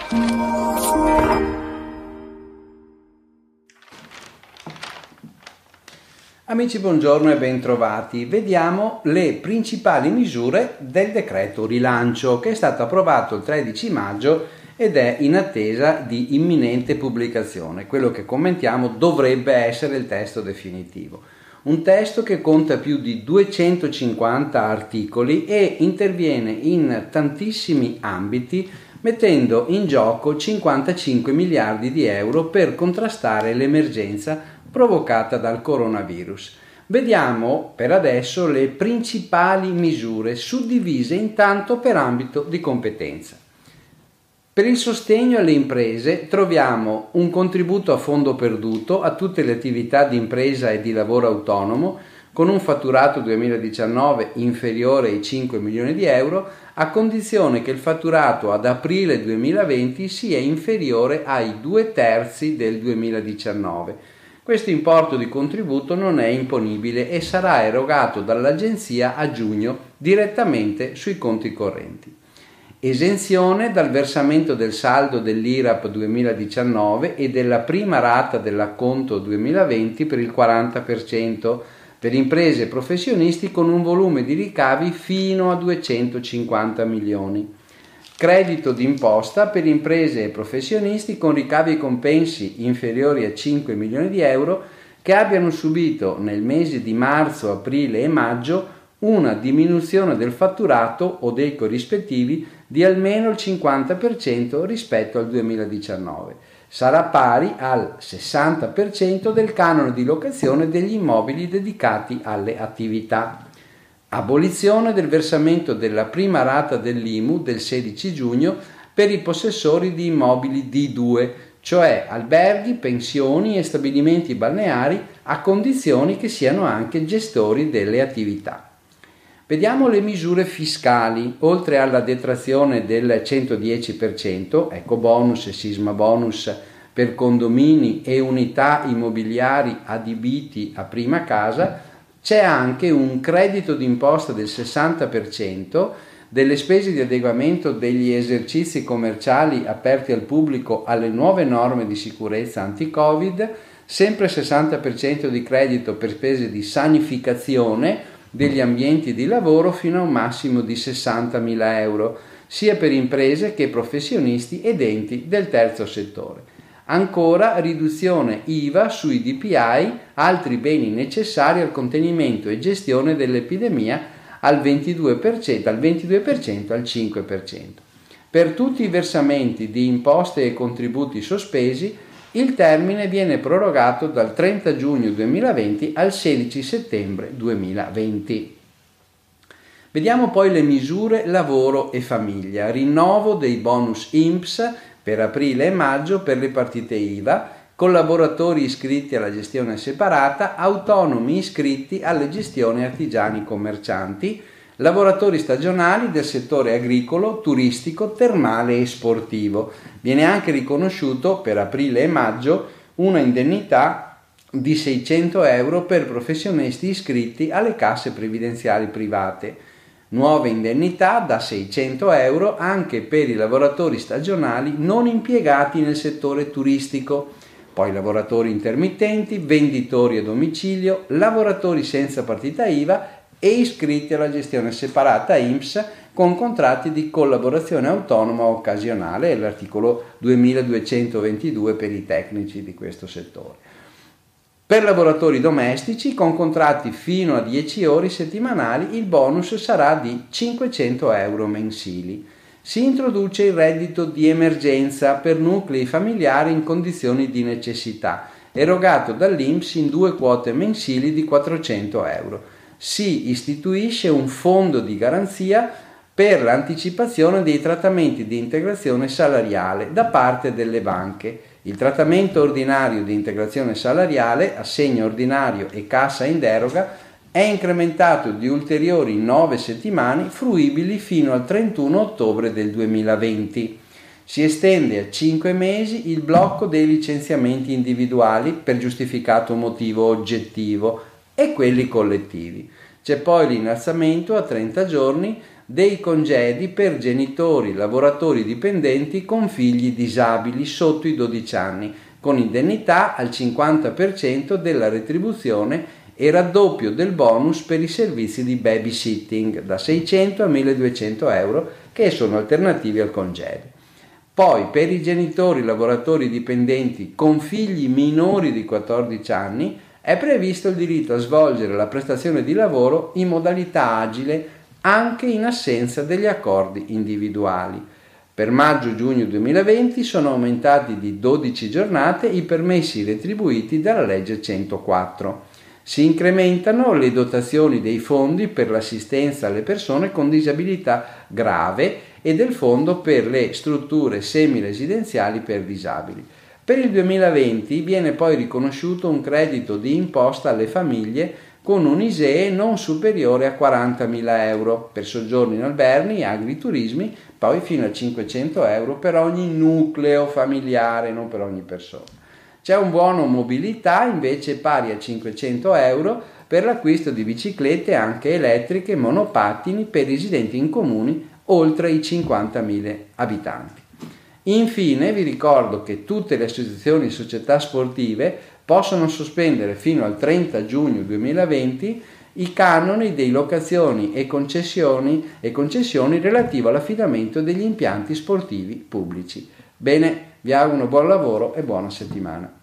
Amici, buongiorno e bentrovati. Vediamo le principali misure del decreto rilancio che è stato approvato il 13 maggio ed è in attesa di imminente pubblicazione. Quello che commentiamo dovrebbe essere il testo definitivo. Un testo che conta più di 250 articoli e interviene in tantissimi ambiti, mettendo in gioco 55 miliardi di euro per contrastare l'emergenza provocata dal coronavirus. Vediamo per adesso le principali misure suddivise intanto per ambito di competenza. Per il sostegno alle imprese troviamo un contributo a fondo perduto a tutte le attività di impresa e di lavoro autonomo con un fatturato 2019 inferiore ai 5 milioni di euro, a condizione che il fatturato ad aprile 2020 sia inferiore ai 2/3 del 2019. Questo importo di contributo non è imponibile e sarà erogato dall'Agenzia a giugno direttamente sui conti correnti. Esenzione dal versamento del saldo dell'IRAP 2019 e della prima rata dell'acconto 2020 per il 40% per imprese e professionisti con un volume di ricavi fino a 250 milioni. Credito d'imposta per imprese e professionisti con ricavi e compensi inferiori a 5 milioni di euro che abbiano subito nel mese di marzo, aprile e maggio una diminuzione del fatturato o dei corrispettivi di almeno il 50% rispetto al 2019. Sarà pari al 60% del canone di locazione degli immobili dedicati alle attività. Abolizione del versamento della prima rata dell'IMU del 16 giugno per i possessori di immobili D2, cioè alberghi, pensioni e stabilimenti balneari, a condizioni che siano anche gestori delle attività. Vediamo le misure fiscali. Oltre alla detrazione del 110%, ecobonus e sisma bonus per condomini e unità immobiliari adibiti a prima casa, c'è anche un credito d'imposta del 60% delle spese di adeguamento degli esercizi commerciali aperti al pubblico alle nuove norme di sicurezza anti-Covid, sempre 60% di credito per spese di sanificazione degli ambienti di lavoro fino a un massimo di 60.000 euro, sia per imprese che professionisti ed enti del terzo settore. Ancora riduzione IVA sui DPI, altri beni necessari al contenimento e gestione dell'epidemia dal 22% al 5%. Per tutti i versamenti di imposte e contributi sospesi, il termine viene prorogato dal 30 giugno 2020 al 16 settembre 2020. Vediamo poi le misure lavoro e famiglia. Rinnovo dei bonus INPS per aprile e maggio per le partite IVA, collaboratori iscritti alla gestione separata, autonomi iscritti alle gestioni artigiani commercianti, lavoratori stagionali del settore agricolo, turistico, termale e sportivo. Viene anche riconosciuto per aprile e maggio una indennità di 600 euro per professionisti iscritti alle casse previdenziali private. Nuove indennità da 600 euro anche per i lavoratori stagionali non impiegati nel settore turistico, poi lavoratori intermittenti, venditori a domicilio, lavoratori senza partita IVA e iscritti alla gestione separata INPS con contratti di collaborazione autonoma occasionale, l'articolo 2222 per i tecnici di questo settore. Per lavoratori domestici con contratti fino a 10 ore settimanali il bonus sarà di 500 euro mensili. Si introduce il reddito di emergenza per nuclei familiari in condizioni di necessità, erogato dall'INPS in 2 quote mensili di 400 euro. Si istituisce un fondo di garanzia per l'anticipazione dei trattamenti di integrazione salariale da parte delle banche. Il trattamento ordinario di integrazione salariale, assegno ordinario e cassa in deroga è incrementato di ulteriori 9 settimane fruibili fino al 31 ottobre del 2020. Si estende a 5 mesi il blocco dei licenziamenti individuali per giustificato motivo oggettivo e quelli collettivi. C'è poi l'innalzamento a 30 giorni dei congedi per genitori, lavoratori dipendenti con figli disabili sotto i 12 anni, con indennità al 50% della retribuzione e raddoppio del bonus per i servizi di babysitting da 600 a 1200 euro, che sono alternativi al congedo. Poi per i genitori lavoratori dipendenti con figli minori di 14 anni è previsto il diritto a svolgere la prestazione di lavoro in modalità agile anche in assenza degli accordi individuali. Per maggio-giugno 2020 sono aumentati di 12 giornate i permessi retribuiti dalla legge 104. Si incrementano le dotazioni dei fondi per l'assistenza alle persone con disabilità grave e del fondo per le strutture semi-residenziali per disabili. Per il 2020 viene poi riconosciuto un credito di imposta alle famiglie con un ISEE non superiore a 40.000 euro per soggiorni in alberghi, agriturismi, poi fino a 500 euro per ogni nucleo familiare, non per ogni persona. C'è un buono mobilità invece pari a 500 euro per l'acquisto di biciclette anche elettriche e monopattini per residenti in comuni oltre i 50.000 abitanti. Infine vi ricordo che tutte le associazioni e società sportive possono sospendere fino al 30 giugno 2020 i canoni di locazioni e concessioni relative all'affidamento degli impianti sportivi pubblici. Bene, vi auguro buon lavoro e buona settimana.